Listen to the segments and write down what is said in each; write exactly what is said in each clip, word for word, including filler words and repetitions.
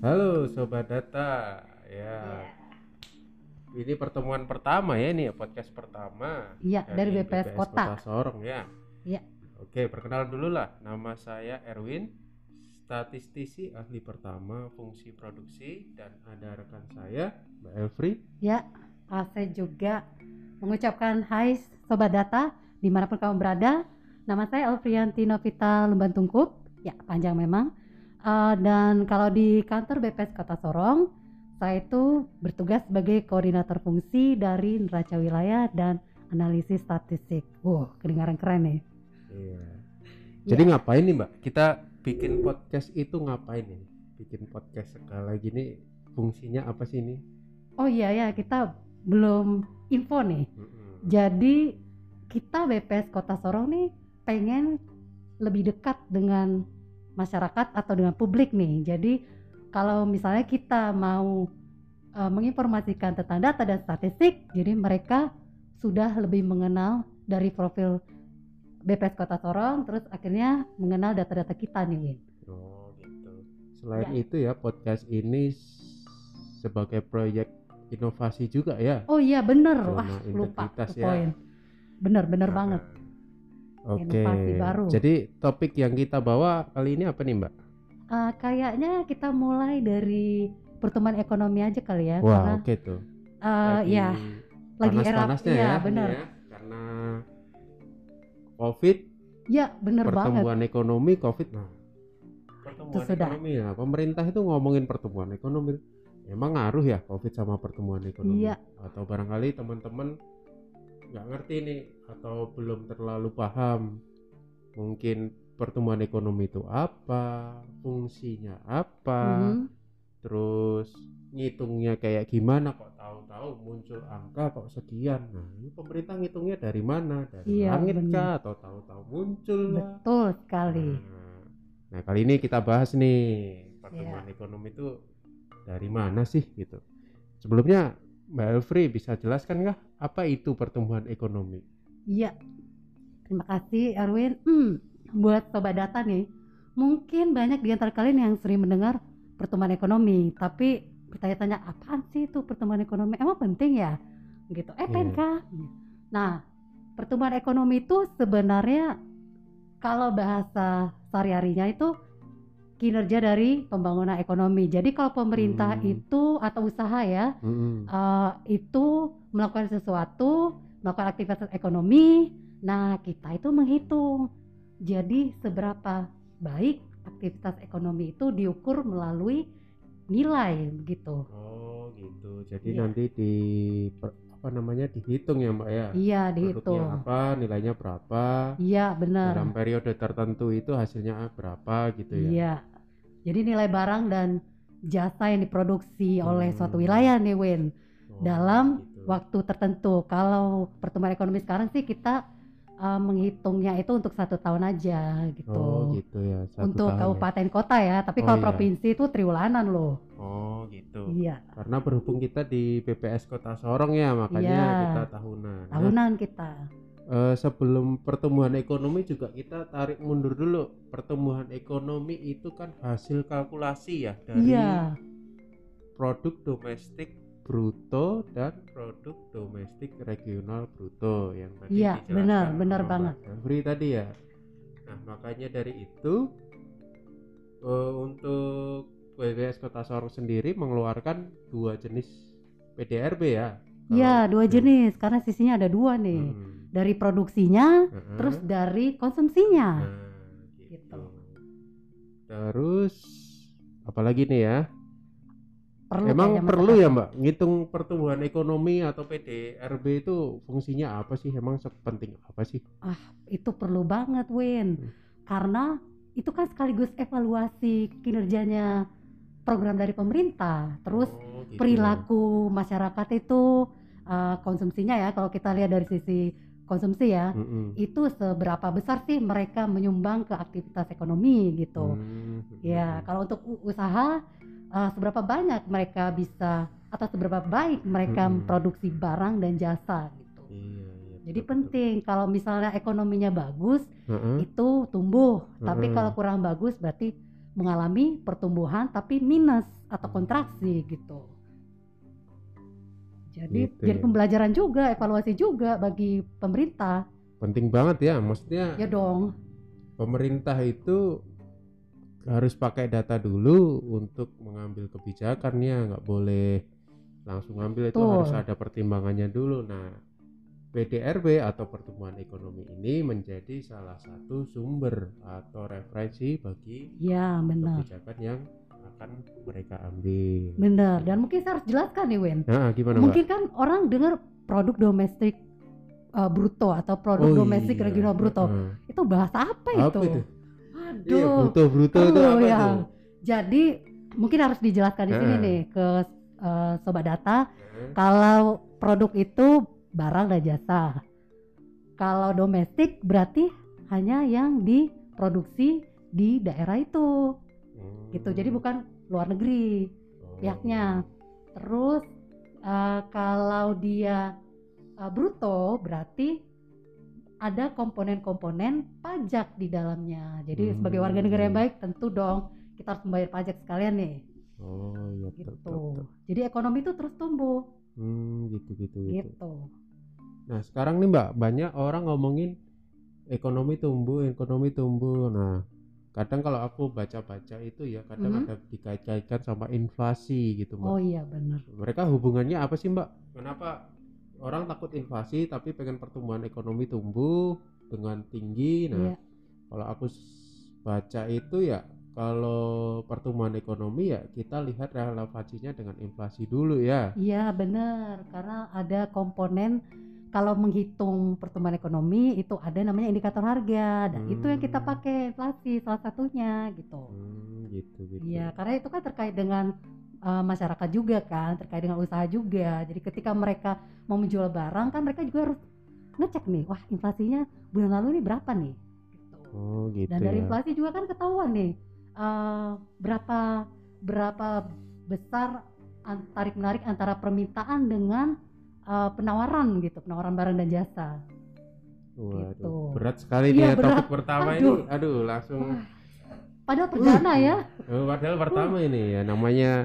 Halo Sobat Data, ya Iya, ini pertemuan pertama ya, ini podcast pertama iya dari dari B P S B P S Kota. Kota Sorong ya. Iya, Oke, perkenalan dulu lah, nama saya Erwin, statistisi ahli pertama fungsi produksi, dan ada rekan saya Mbak Elfri. ya. Ah, saya juga mengucapkan hai Sobat Data dimanapun kamu berada. Nama saya Alfrianti Novita Lumban Tungkup. Ya, panjang memang. Ah, dan kalau di kantor B P S Kota Sorong, saya itu bertugas sebagai koordinator fungsi dari neraca wilayah dan analisis statistik. Wow, kedengaran keren nih. Iya. Jadi Ya. ngapain nih Mbak? Kita bikin podcast itu ngapain nih? Bikin podcast sekali gini fungsinya apa sih ini? Oh iya ya, kita belum info nih. Mm-mm. Jadi kita B P S Kota Sorong nih pengen lebih dekat dengan masyarakat atau dengan publik nih. Jadi kalau misalnya kita mau uh, menginformasikan tentang data dan statistik, jadi mereka sudah lebih mengenal dari profil B P S Kota Sorong, terus akhirnya mengenal data-data kita nih, Win. Oh gitu. Selain Ya. itu ya, podcast ini sebagai proyek inovasi juga ya. Oh iya bener, wah Zona lupa integritas tuh ya. poin. Bener-bener Nah, banget. Oke. Inovasi baru. Jadi topik yang kita bawa kali ini apa nih Mbak? Uh, kayaknya kita mulai dari pertumbuhan ekonomi aja kali ya. Wah Karena oke tuh. uh, Lagi ya lagi era panas-panasnya ya ya. bener. Ini ya. Karena COVID, Ya bener banget. pertumbuhan ekonomi COVID. Nah, pertumbuhan Itu sudah. ekonomi ya. Pemerintah itu ngomongin pertumbuhan ekonomi. Emang ngaruh ya COVID sama pertumbuhan ekonomi? Iya. Atau barangkali teman-teman nggak ngerti nih atau belum terlalu paham mungkin pertumbuhan ekonomi itu apa, fungsinya apa, Mhm. terus ngitungnya kayak gimana, kok tahu-tahu muncul angka kok sekian. Nah ini pemerintah ngitungnya dari mana, dari Iya langit bener. kah atau tahu-tahu muncul lah. Betul sekali. Nah, nah kali ini kita bahas nih pertumbuhan Iya. ekonomi itu dari mana sih gitu. Sebelumnya Mbak Elfri bisa jelaskan nggak apa itu pertumbuhan ekonomi? Iya. Terima kasih Erwin. Hmm, buat sobat data nih, mungkin banyak di antara kalian yang sering mendengar pertumbuhan ekonomi, tapi bertanya-tanya apaan sih itu pertumbuhan ekonomi? Emang penting ya? Gitu. Eh, Iya. kah? Nah, pertumbuhan ekonomi itu sebenarnya kalau bahasa sehari-harinya itu kinerja dari pembangunan ekonomi. Jadi kalau pemerintah Hmm. itu atau usaha ya, Hmm. uh, itu melakukan sesuatu, melakukan aktivitas ekonomi. Nah, kita itu menghitung. Jadi seberapa baik aktivitas ekonomi itu diukur melalui nilai begitu. Oh gitu. Jadi Iya. nanti di per- apa namanya dihitung ya Mbak ya. Iya, Produknya dihitung. apa, nilainya berapa, Iya, benar. dalam periode tertentu itu hasilnya berapa gitu ya. Iya. Jadi nilai barang dan jasa yang diproduksi oleh Hmm. suatu wilayah nih, Win. Oh, Dalam gitu. waktu tertentu. Kalau pertumbuhan ekonomi sekarang sih kita uh, menghitungnya itu untuk satu tahun aja gitu. Oh gitu ya. Satu Untuk tahun ya. kabupaten kota ya, tapi Oh, kalau iya. provinsi itu triwulanan loh. Oh gitu. Iya, Karena berhubung kita di B P S Kota Sorong ya, makanya Iya. kita tahunan. Nah, tahunan kita. eh, sebelum pertumbuhan ekonomi juga kita tarik mundur dulu. Pertumbuhan ekonomi itu kan hasil kalkulasi ya dari Iya, produk domestik bruto dan produk domestik regional bruto yang tadi Iya, dijelaskan benar, benar sama Mbak banget. Elfri tadi ya. Nah makanya dari itu eh, untuk B P S Kota Sorong sendiri mengeluarkan dua jenis P D R B ya. Iya, Kalau dua dari- jenis karena sisinya ada dua nih. Hmm. Dari produksinya, Heeh. terus dari konsumsinya. Nah, gitu. Gitu. Terus apalagi nih ya? Perlu Emang kayaknya perlu masyarakat. ya Mbak ngitung pertumbuhan ekonomi atau P D R B itu fungsinya apa sih? Emang sepenting apa sih? Itu perlu banget, Win. Hmm. Karena itu kan sekaligus evaluasi kinerjanya program dari pemerintah. Terus Oh, gitu perilaku masyarakat itu uh, konsumsinya ya, kalau kita lihat dari sisi konsumsi ya, ya. Mm-mm. itu seberapa besar sih mereka menyumbang ke aktivitas ekonomi gitu. Hmm. Ya, kalau untuk u- usaha uh, seberapa banyak mereka bisa atau seberapa baik mereka Mm-mm. produksi barang dan jasa gitu. Iya, iya, Jadi betul, penting kalau misalnya ekonominya bagus betul. Heeh. itu tumbuh, tapi Heeh. kalau kurang bagus berarti mengalami pertumbuhan tapi minus atau kontraksi gitu. Jadi Gitu jadi ya. pembelajaran juga, evaluasi juga bagi pemerintah. Penting banget ya, maksudnya Ya dong. pemerintah itu harus pakai data dulu untuk mengambil kebijakannya, nggak boleh langsung ngambil, itu harus Betul. ada pertimbangannya dulu. Nah, P D R B atau pertumbuhan ekonomi ini menjadi salah satu sumber atau referensi bagi Ya benar. kebijakan yang akan mereka ambil. Benar. Dan mungkin saya harus jelaskan nih Wen. Nah, gimana Mungkin Mbak? kan orang dengar produk domestik uh, bruto atau produk Oh domestik iya. regional bruto. Heeh. Itu bahasa apa, Apa itu? itu? Aduh. Iya, bruto-bruto itu Aduh, apa ya. tuh? Jadi mungkin harus dijelaskan di sini Heeh. nih ke uh, sobat data. Heeh. Kalau produk itu barang dan jasa. Kalau domestik berarti hanya yang diproduksi di daerah itu. Hmm. Gitu. Jadi bukan luar negeri Oh. pihaknya. Terus uh, kalau dia uh, bruto berarti ada komponen-komponen pajak di dalamnya. Jadi Hmm. sebagai warga negara yang baik tentu dong kita harus membayar pajak sekalian nih. Oh iya, Gitu. betul, betul. Jadi ekonomi itu terus tumbuh. Hmm, gitu gitu gitu. Gitu. Nah, sekarang nih Mbak, banyak orang ngomongin ekonomi tumbuh, ekonomi tumbuh. Nah, kadang kalau aku baca-baca itu ya, kadang Mhm. ada dikait-kaitkan sama inflasi gitu Mbak. Oh iya benar. Mereka hubungannya apa sih Mbak? Kenapa orang takut inflasi tapi pengen pertumbuhan ekonomi tumbuh dengan tinggi? Nah, Iya. kalau aku s- baca itu ya, kalau pertumbuhan ekonomi ya kita lihat relevansinya dengan inflasi dulu ya. Iya benar, karena ada komponen kalau menghitung pertumbuhan ekonomi itu ada namanya indikator harga dan itu yang kita Hmm. pakai inflasi salah satunya gitu. Hmm, gitu gitu. Iya, karena itu kan terkait dengan uh, masyarakat juga kan, terkait dengan usaha juga. Jadi ketika mereka mau menjual barang kan mereka juga harus ngecek nih, wah inflasinya bulan lalu nih berapa nih? Gitu. Oh gitu Dan dari ya. inflasi juga kan ketahuan nih uh, berapa berapa besar an- tarik menarik antara permintaan dengan uh, penawaran gitu, penawaran barang dan jasa. Waduh, Gitu. berat sekali Iya, nih ya berat. topik pertama Aduh. ini. Aduh, langsung. Wah, padahal perdana ya. Oh, padahal pertama ini ya namanya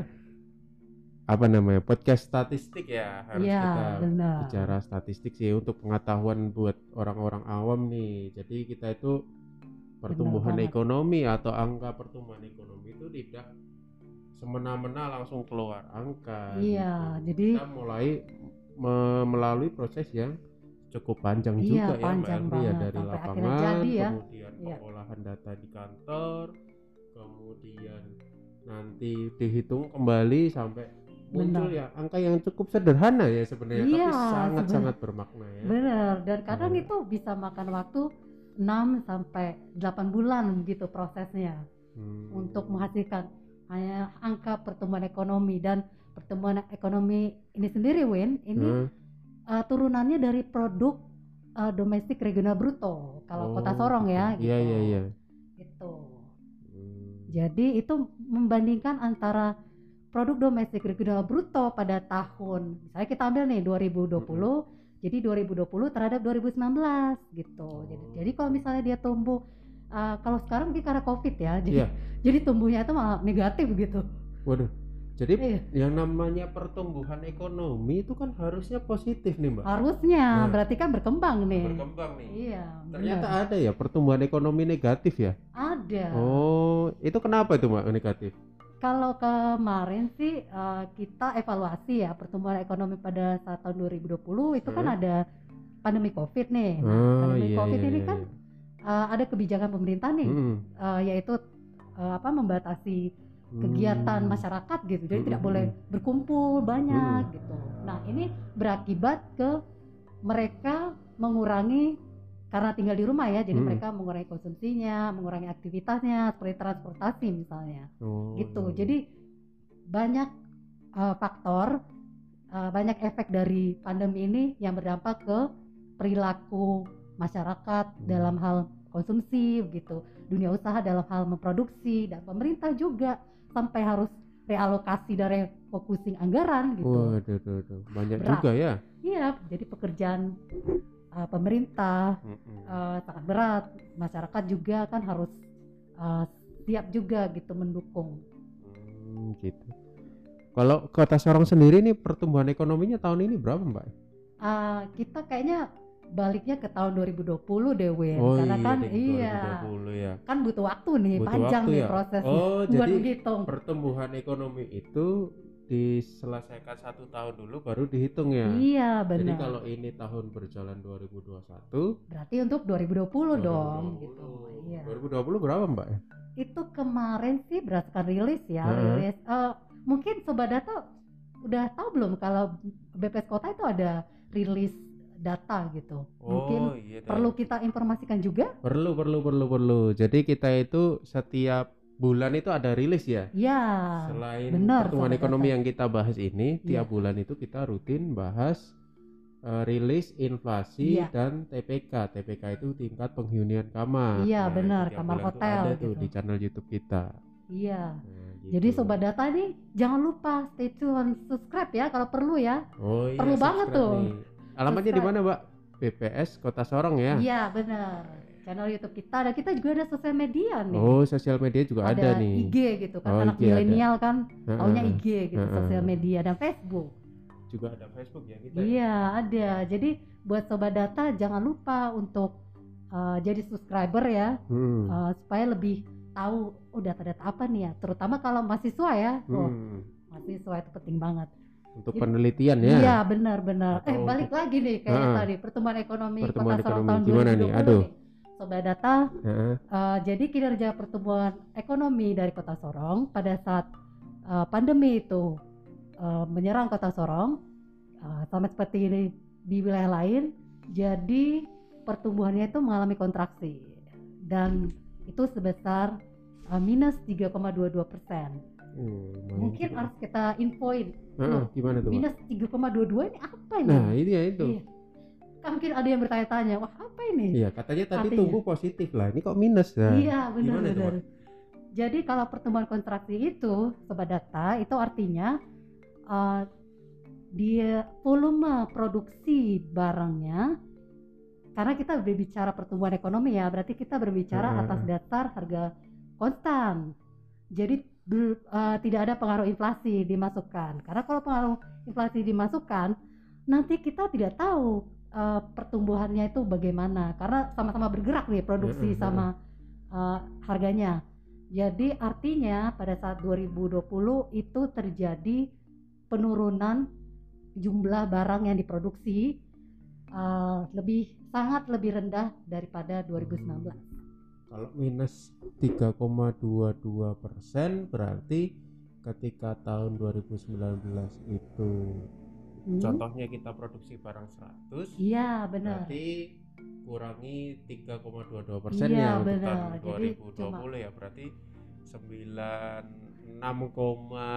apa namanya podcast statistik ya, harus Iya, kita benar. bicara statistik sih untuk pengetahuan buat orang-orang awam nih. Jadi kita itu pertumbuhan banget. ekonomi atau angka pertumbuhan ekonomi itu tidak semena-mena langsung keluar angka. Iya, gitu. jadi Kita mulai me- melalui proses yang cukup panjang Iya, juga ya Mbak panjang Elvi ya, banget, dari sampai akhirnya lapangan jadi ya. kemudian Iya. pengolahan data di kantor, kemudian nanti dihitung kembali sampai muncul Benar. ya angka yang cukup sederhana ya sebenarnya, Iya, tapi sangat-sangat sebenarnya. bermakna ya. Benar, dan kadang Hmm. itu bisa makan waktu enam sampai delapan bulan gitu prosesnya Hmm. untuk menghasilkan hanya angka pertumbuhan ekonomi. Dan pertumbuhan ekonomi ini sendiri Win, ini Hmm. uh, turunannya dari produk uh, domestik regional bruto kalau Kota Oh, Sorong gitu. ya gitu. Iya iya iya. Gitu. Hmm. Jadi itu membandingkan antara produk domestik regional bruto pada tahun, misalnya kita ambil nih dua ribu dua puluh, jadi dua ribu dua puluh terhadap dua ribu sembilan belas gitu. Jadi, Oh. jadi kalau misalnya dia tumbuh, uh, kalau sekarang mungkin karena COVID ya, jadi Iya. jadi tumbuhnya itu malah negatif gitu. Waduh. Jadi Iya. yang namanya pertumbuhan ekonomi itu kan harusnya positif nih Mbak. Harusnya Nah. berarti kan berkembang nih. Berkembang nih. Iya, Ternyata benar. ada ya pertumbuhan ekonomi negatif ya. Ada. Oh, itu kenapa itu Mbak negatif? Kalau kemarin sih uh, kita evaluasi ya pertumbuhan ekonomi pada saat tahun dua ribu dua puluh itu kan Hmm. ada pandemi COVID nih. Nah, Oh, pandemi iya, COVID iya, ini iya, kan iya. uh, ada kebijakan pemerintah nih, Hmm. uh, yaitu uh, apa membatasi kegiatan Hmm. masyarakat gitu. Jadi Hmm, tidak hmm, boleh hmm. berkumpul banyak Hmm. gitu. Nah, ini berakibat ke mereka mengurangi karena tinggal di rumah ya. Jadi Hmm. mereka mengurangi konsumsinya, mengurangi aktivitasnya seperti transportasi misalnya. Oh, Gitu. iya, iya. Jadi banyak uh, faktor, uh, banyak efek dari pandemi ini yang berdampak ke perilaku masyarakat Hmm. dalam hal konsumsi begitu, dunia usaha dalam hal memproduksi, dan pemerintah juga sampai harus realokasi dari focusing anggaran gitu. Waduh, waduh, waduh. Banyak Berat. juga ya. Iya, jadi pekerjaan uh, pemerintah Hmm. uh, sangat berat. Masyarakat juga kan harus uh, siap juga gitu mendukung. Hmm, gitu. Kalau Kota Sorong sendiri nih pertumbuhan ekonominya tahun ini berapa, Mbak? Uh, kita kayaknya baliknya ke tahun dua ribu dua puluh deh, Win. Oh Karena iya, kan ding, iya, dua ribu dua puluh ya. kan butuh waktu nih, Butuh panjang waktu nih ya. prosesnya Oh, buat jadi menghitung. pertumbuhan ekonomi itu diselesaikan satu tahun dulu baru dihitung ya. Iya, benar. Jadi kalau ini tahun berjalan dua ribu dua puluh satu, berarti untuk dua ribu dua puluh dua ribu dua dong puluh. gitu. Iya. dua ribu dua puluh berapa, Mbak? Itu kemarin sih berdasarkan rilis ya, Heeh. rilis. Uh, mungkin Sobat Data udah tahu belum kalau B P S Kota itu ada rilis data gitu. Mungkin Oh iya deh. perlu kita informasikan juga? Perlu, perlu, perlu, perlu. Jadi kita itu setiap bulan itu ada rilis ya. Iya. Selain benar, pertumbuhan Sobat ekonomi Data. yang kita bahas ini, Iya. tiap bulan itu kita rutin bahas uh, rilis inflasi Iya. dan T P K. T P K itu tingkat penghunian kamar. Iya, Nah, benar, itu tiap kamar bulan tuh hotel ada gitu. tuh di channel YouTube kita. Iya. Nah, gitu. Jadi Sobat Data nih jangan lupa stay tune, subscribe ya kalau perlu ya. Oh iya, perlu banget subscribe tuh. nih. Alamatnya di mana, Mbak? B P S Kota Sorong ya. Iya, benar. Channel YouTube kita, dan kita juga ada sosial media nih. Oh, sosial media juga ada, ada nih. I G gitu kan, Oh, anak I G ada. milenial kan Heeh. taunya I G gitu, Heeh. sosial media, dan Facebook. Juga ada Facebook ya kita. Iya, ada. Jadi buat Sobat Data jangan lupa untuk uh, jadi subscriber ya, Hmm. uh, supaya lebih tahu oh data-data apa nih ya, terutama kalau mahasiswa ya. Oh, Hmm. mahasiswa itu penting banget. Untuk Jadi- penelitian ya. Iya, benar-benar. Atau Eh, balik untuk- lagi nih kayak Heeh. tadi pertumbuhan ekonomi Pertumbuhan Kota Sorong ekonomi. tahun Gimana dua ribu dua nih? puluh Aduh. nih. Sobat Data, Heeh. uh, jadi kinerja pertumbuhan ekonomi dari Kota Sorong pada saat uh, pandemi itu uh, menyerang Kota Sorong, uh, sama seperti ini di wilayah lain, jadi pertumbuhannya itu mengalami kontraksi dan itu sebesar uh, minus tiga koma dua dua persen. Oh, lumayan Mungkin juga. harus kita infoin. Heeh, Loh, gimana tuh, Mbak? minus tiga koma dua dua ini apa ini? Nah, ini ya itu. Iya. Kan mungkin ada yang bertanya-tanya, wah apa ini? Iya, katanya tadi Artinya. tumbuh positif lah. Ini kok minus ya? Iya, Gimana itu, benar-benar. Mbak? Jadi kalau pertumbuhan kontraksi itu, Sobat Data, itu artinya uh, dia volume produksi barangnya, karena kita berbicara pertumbuhan ekonomi ya, berarti kita berbicara Heeh. atas dasar harga konstan. Jadi ber- uh, tidak ada pengaruh inflasi dimasukkan. Karena kalau pengaruh inflasi dimasukkan, nanti kita tidak tahu uh, pertumbuhannya itu bagaimana, karena sama-sama bergerak nih produksi Heeh, sama uh, harganya. Jadi artinya pada saat dua ribu dua puluh itu terjadi penurunan jumlah barang yang diproduksi, uh, lebih sangat lebih rendah daripada dua ribu sembilan belas. Kalau minus tiga koma dua dua persen berarti ketika tahun dua ribu sembilan belas itu Hmm. contohnya kita produksi barang seratus, Iya, benar. berarti kurangi tiga koma dua dua persen Iya, ya untuk benar. tahun Jadi dua ribu dua puluh ya, berarti sembilan puluh enam koma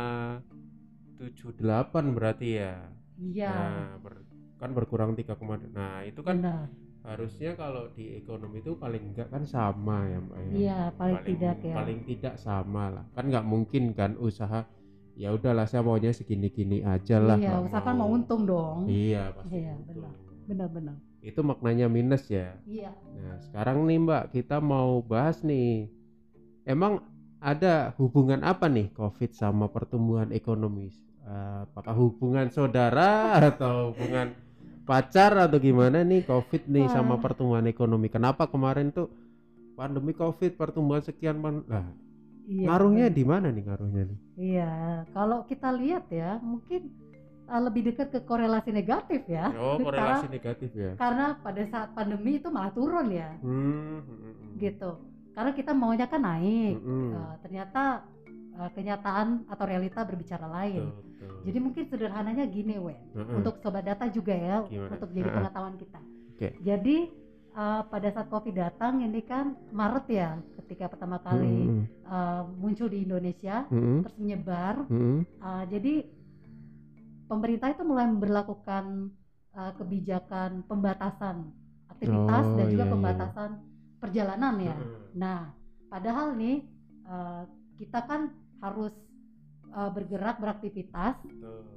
tujuh delapan berarti ya. Iya, Nah, ber- kan berkurang tiga, nah itu kan benar. harusnya kalau di ekonomi itu paling enggak kan sama ya, Mbak ya. Iya, paling tidak ya. paling tidak sama lah, kan nggak mungkin kan usaha ya udahlah saya maunya segini-gini aja lah, Iya, nggak usahakan mau untung dong. iya pasti Iya, untung. Benar-benar. Itu maknanya minus ya. Iya. Nah sekarang nih Mbak, kita mau bahas nih, emang ada hubungan apa nih COVID sama pertumbuhan ekonomi? Eh, apakah hubungan saudara atau hubungan pacar atau gimana nih COVID nih sama Wah. pertumbuhan ekonomi? Kenapa kemarin tuh pandemi COVID pertumbuhan sekian man- nah, Iya, ngaruhnya benar. di mana nih ngaruhnya nih? Iya, kalau kita lihat ya, mungkin uh, lebih dekat ke korelasi negatif ya. Oh, korelasi Karena, negatif ya. karena pada saat pandemi itu malah turun ya, Hmm, hmm, hmm. gitu. Karena kita maunya kan naik, Hmm, uh, ternyata uh, kenyataan atau realita berbicara lain. betul, betul. Jadi mungkin sederhananya gini, Wen, Hmm, untuk Sobat Data juga ya, Gimana? untuk jadi Ah, ah. pengetahuan kita. Oke. Jadi uh, pada saat COVID datang ini kan Maret ya, ketika pertama kali Hmm, uh, muncul di Indonesia, hmm, terus menyebar. hmm, Uh, jadi pemerintah itu mulai memberlakukan uh, kebijakan pembatasan aktivitas Oh, dan juga iya, iya. pembatasan perjalanan ya. hmm. Nah, padahal nih uh, kita kan harus uh, bergerak beraktivitas Betul.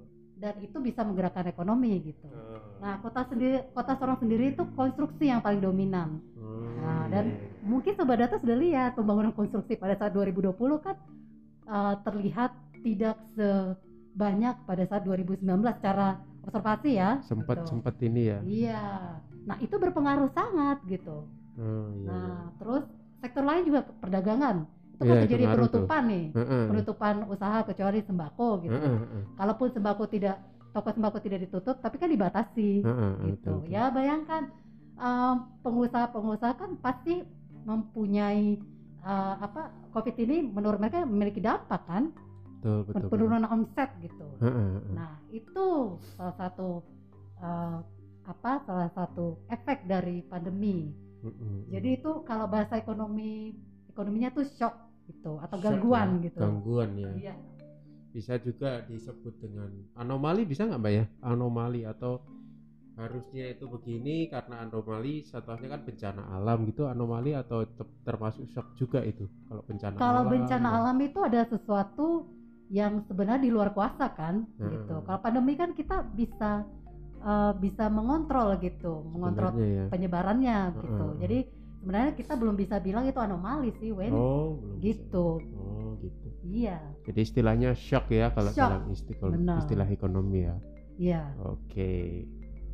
dan itu bisa menggerakkan ekonomi gitu. Oh. Nah, kota sendiri, kota Sorong sendiri itu konstruksi yang paling dominan. Hmm. Nah, dan mungkin Sobat Data sudah lihat pembangunan konstruksi pada saat dua ribu dua puluh kan uh, terlihat tidak sebanyak pada saat dua ribu sembilan belas secara observasi ya. Sempat gitu. sempat ini ya. Iya. Nah, itu berpengaruh sangat gitu. Oh, iya. Nah, terus sektor lain juga perdagangan. Itu Iya, kan itu terjadi ngaruh penutupan nih. Heeh. Penutupan usaha kecuali sembako gitu. Heeh, heeh. Kalaupun sembako tidak toko sembako tidak ditutup, tapi kan dibatasi. Heeh, Gitu. betul, betul. Ya bayangkan um, pengusaha-pengusaha kan pasti mempunyai uh, apa Covid ini menurut mereka memiliki dampak kan, Betul, betul. penurunan omset gitu. Heeh, heeh. Nah itu salah satu uh, apa salah satu efek dari pandemi. Heeh. Jadi itu kalau bahasa ekonomi ekonominya tuh shock gitu atau Shock gangguan ya, gitu. Gangguan ya. Iya. Bisa juga disebut dengan anomali, bisa nggak Mbak ya? Anomali atau harusnya itu begini karena anomali, setelahnya kan bencana alam gitu, anomali atau te- termasuk shock juga itu kalau bencana Kalau alam. bencana ya. alam itu ada sesuatu yang sebenarnya di luar kuasa kan, Hmm. gitu. Kalau pandemi kan kita bisa uh, bisa mengontrol gitu, mengontrol Sebenarnya ya. penyebarannya gitu. Hmm. Jadi sebenarnya kita belum bisa bilang itu anomali sih, Wen. Oh, belum bisa. Gitu. Oh, gitu. Iya, Jadi istilahnya shock ya kalau Shock. dalam istilah, Benar. istilah ekonomi ya. iya. Oke.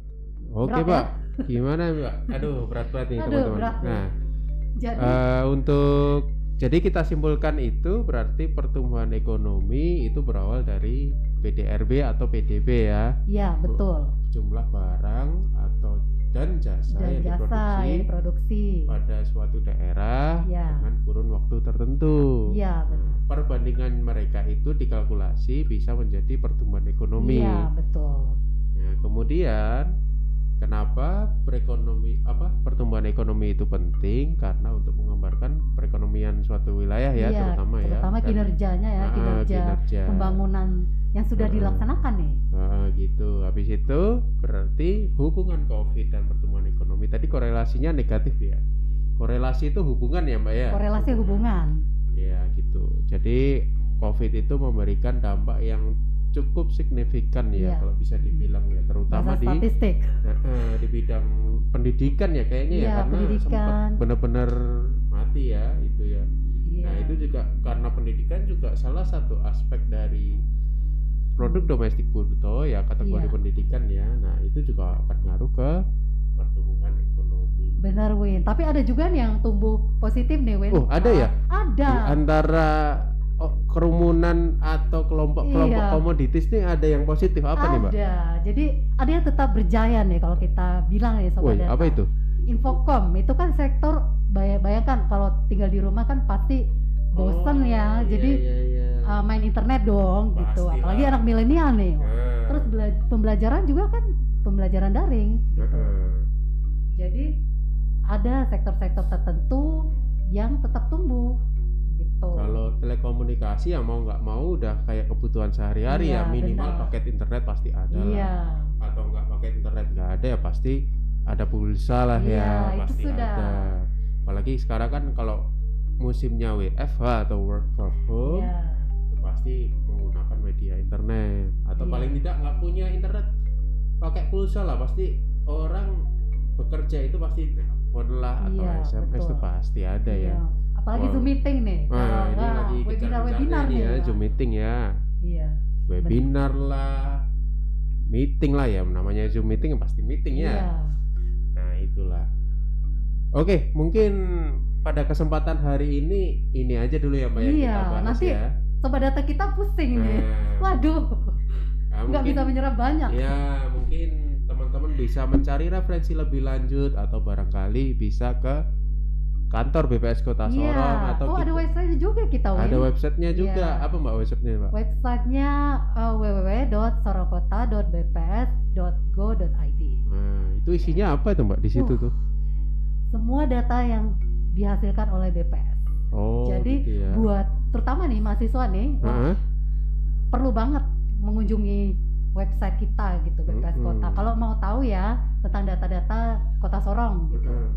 Oke, Berat Pak. Gimana, Mbak? Aduh, berat banget nih, Aduh, teman-teman. berat nih. Nah, Jadi eh, untuk jadi kita simpulkan itu berarti pertumbuhan ekonomi itu berawal dari P D R B atau P D B ya, iya betul. jumlah barang atau dan jasa Dan yang jasa diproduksi yang diproduksi. pada suatu daerah Iya. dengan kurun waktu tertentu. Iya, Nah, betul. perbandingan mereka itu dikalkulasi bisa menjadi pertumbuhan ekonomi. Iya, betul. Nah, kemudian kenapa perekonomi apa pertumbuhan ekonomi itu penting? Karena untuk menggambarkan perekonomian suatu wilayah ya, Iya, terutama ya. terutama Dan- kinerjanya ya, Ah, kinerja, kinerja. pembangunan yang sudah Ah. dilaksanakan nih. Ah, gitu. Habis itu berarti hubungan Covid dan pertumbuhan ekonomi tadi korelasinya negatif ya. Korelasi itu hubungan ya, Mbak ya. Korelasi hubungan. Ya, gitu. Jadi Covid itu memberikan dampak yang cukup signifikan ya, Iya. kalau bisa dibilang ya, terutama Bahasa di statistik. Heeh, di bidang pendidikan ya kayaknya ya, Iya, karena pendidikan. sempat benar-benar mati ya itu ya. Iya. Nah itu juga karena pendidikan juga salah satu aspek dari produk domestik bruto ya, kategori Iya. pendidikan ya. Nah itu juga akan ngaruh ke pertumbuhan ekonomi. Benar, Win. Tapi ada juga nih yang tumbuh positif nih, Win. Oh, ada ya? Di Ada. antara oh, kerumunan atau kelompok-kelompok Iya. komoditis nih ada yang positif apa nih Mbak? Ada. Jadi ada yang tetap berjaya nih kalau kita bilang nih Sobat Woi, Data. apa itu? Infocom itu kan sektor bay- bayangkan kalau tinggal di rumah kan pasti bosen Oh, ya. iya, Jadi iya, iya. uh, main internet dong gitu. Pastilah. Apalagi anak milenial nih. Nah, Terus bela- pembelajaran juga kan pembelajaran daring. heeh. Jadi ada sektor-sektor tertentu yang tetap tumbuh gitu. Kalau telekomunikasi ya mau nggak mau udah kayak kebutuhan sehari-hari Iya, ya, minimal benar. paket internet pasti ada lah. Iya. Atau nggak paket internet nggak ada ya pasti ada pulsa lah Iya, ya, itu pasti sudah. ada. Apalagi sekarang kan kalau musimnya W F H atau work from home Iya. itu pasti menggunakan media internet, atau Iya. paling tidak nggak punya internet pakai pulsa lah, pasti orang bekerja itu pasti telepon lah atau Iya, S M S itu betul. pasti ada ya. Iya. Apalagi Wah. Zoom meeting nih. Nah, Kalau ini nggak, lagi webinar-webinar kejar-kejarnya nih. nih ya, Pak. Zoom meeting ya. Iya. Webinar lah, meeting lah ya, namanya Zoom meeting pasti meeting ya. Iya. Nah, itulah. Oke, mungkin pada kesempatan hari ini ini aja dulu ya, Mbak ya, Iya, kita bahas nanti ya. Sobat Data kita pusing nih. Nah, Waduh, nah, nggak mungkin- bisa menyerap banyak. Ya, mungkin teman-teman bisa mencari referensi lebih lanjut atau barangkali bisa ke kantor B P S Kota Sorong Iya. atau Oh, ada kita- website juga kita, Win. ada websitenya juga. Iya. Apa Mbak websitenya, Mbak? Websitenya uh, w w w dot sorongkota dot b p s dot go dot i d. Nah, itu isinya apa itu Mbak di situ Uh. tuh? Semua data yang dihasilkan oleh B P S. Oh, Jadi gitu ya. buat terutama nih mahasiswa nih, wah, Heeh. perlu banget mengunjungi website kita gitu B P S Mm-mm. Kota. Kalau mau tahu ya tentang data-data Kota Sorong gitu. Heeh.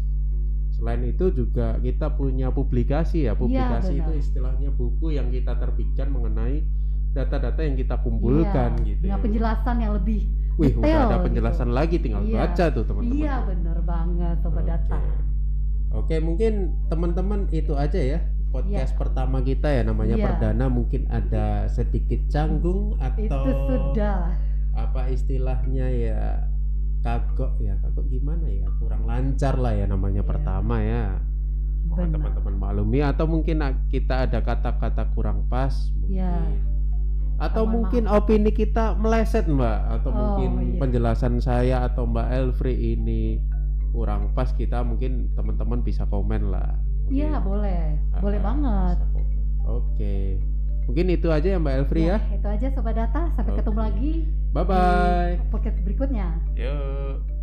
Selain itu juga kita punya publikasi ya. Publikasi benar. itu istilahnya buku yang kita terbitkan mengenai data-data yang kita kumpulkan Iya, gitu. dengan ya. penjelasan yang lebih Wih, udah detail ada gitu. penjelasan lagi, tinggal Iya. baca tuh teman-teman. Iya, bener banget Sobat Oke. Data. Oke, mungkin teman-teman itu aja ya podcast pertama kita ya, namanya Iya. perdana. Mungkin ada sedikit canggung atau Itu sudah. apa istilahnya ya, kagok ya, kagok gimana ya, kurang lancar lah ya namanya Iya. pertama ya. Mohon Benar. teman-teman maklumi, atau mungkin kita ada kata-kata kurang pas mungkin. Iya. Atau Mohon mungkin opini kita meleset Mbak, atau Oh, mungkin iya. penjelasan saya atau Mbak Elfri ini kurang pas, kita mungkin teman-teman bisa komen lah. Iya, Mungkin, boleh. ah, Boleh ah, banget. bisa komen. Oke. Mungkin itu aja ya Mbak Elfri ya. Itu aja Sobat Data, sampai Oke. ketemu lagi Bye bye. di podcast berikutnya. Yuk.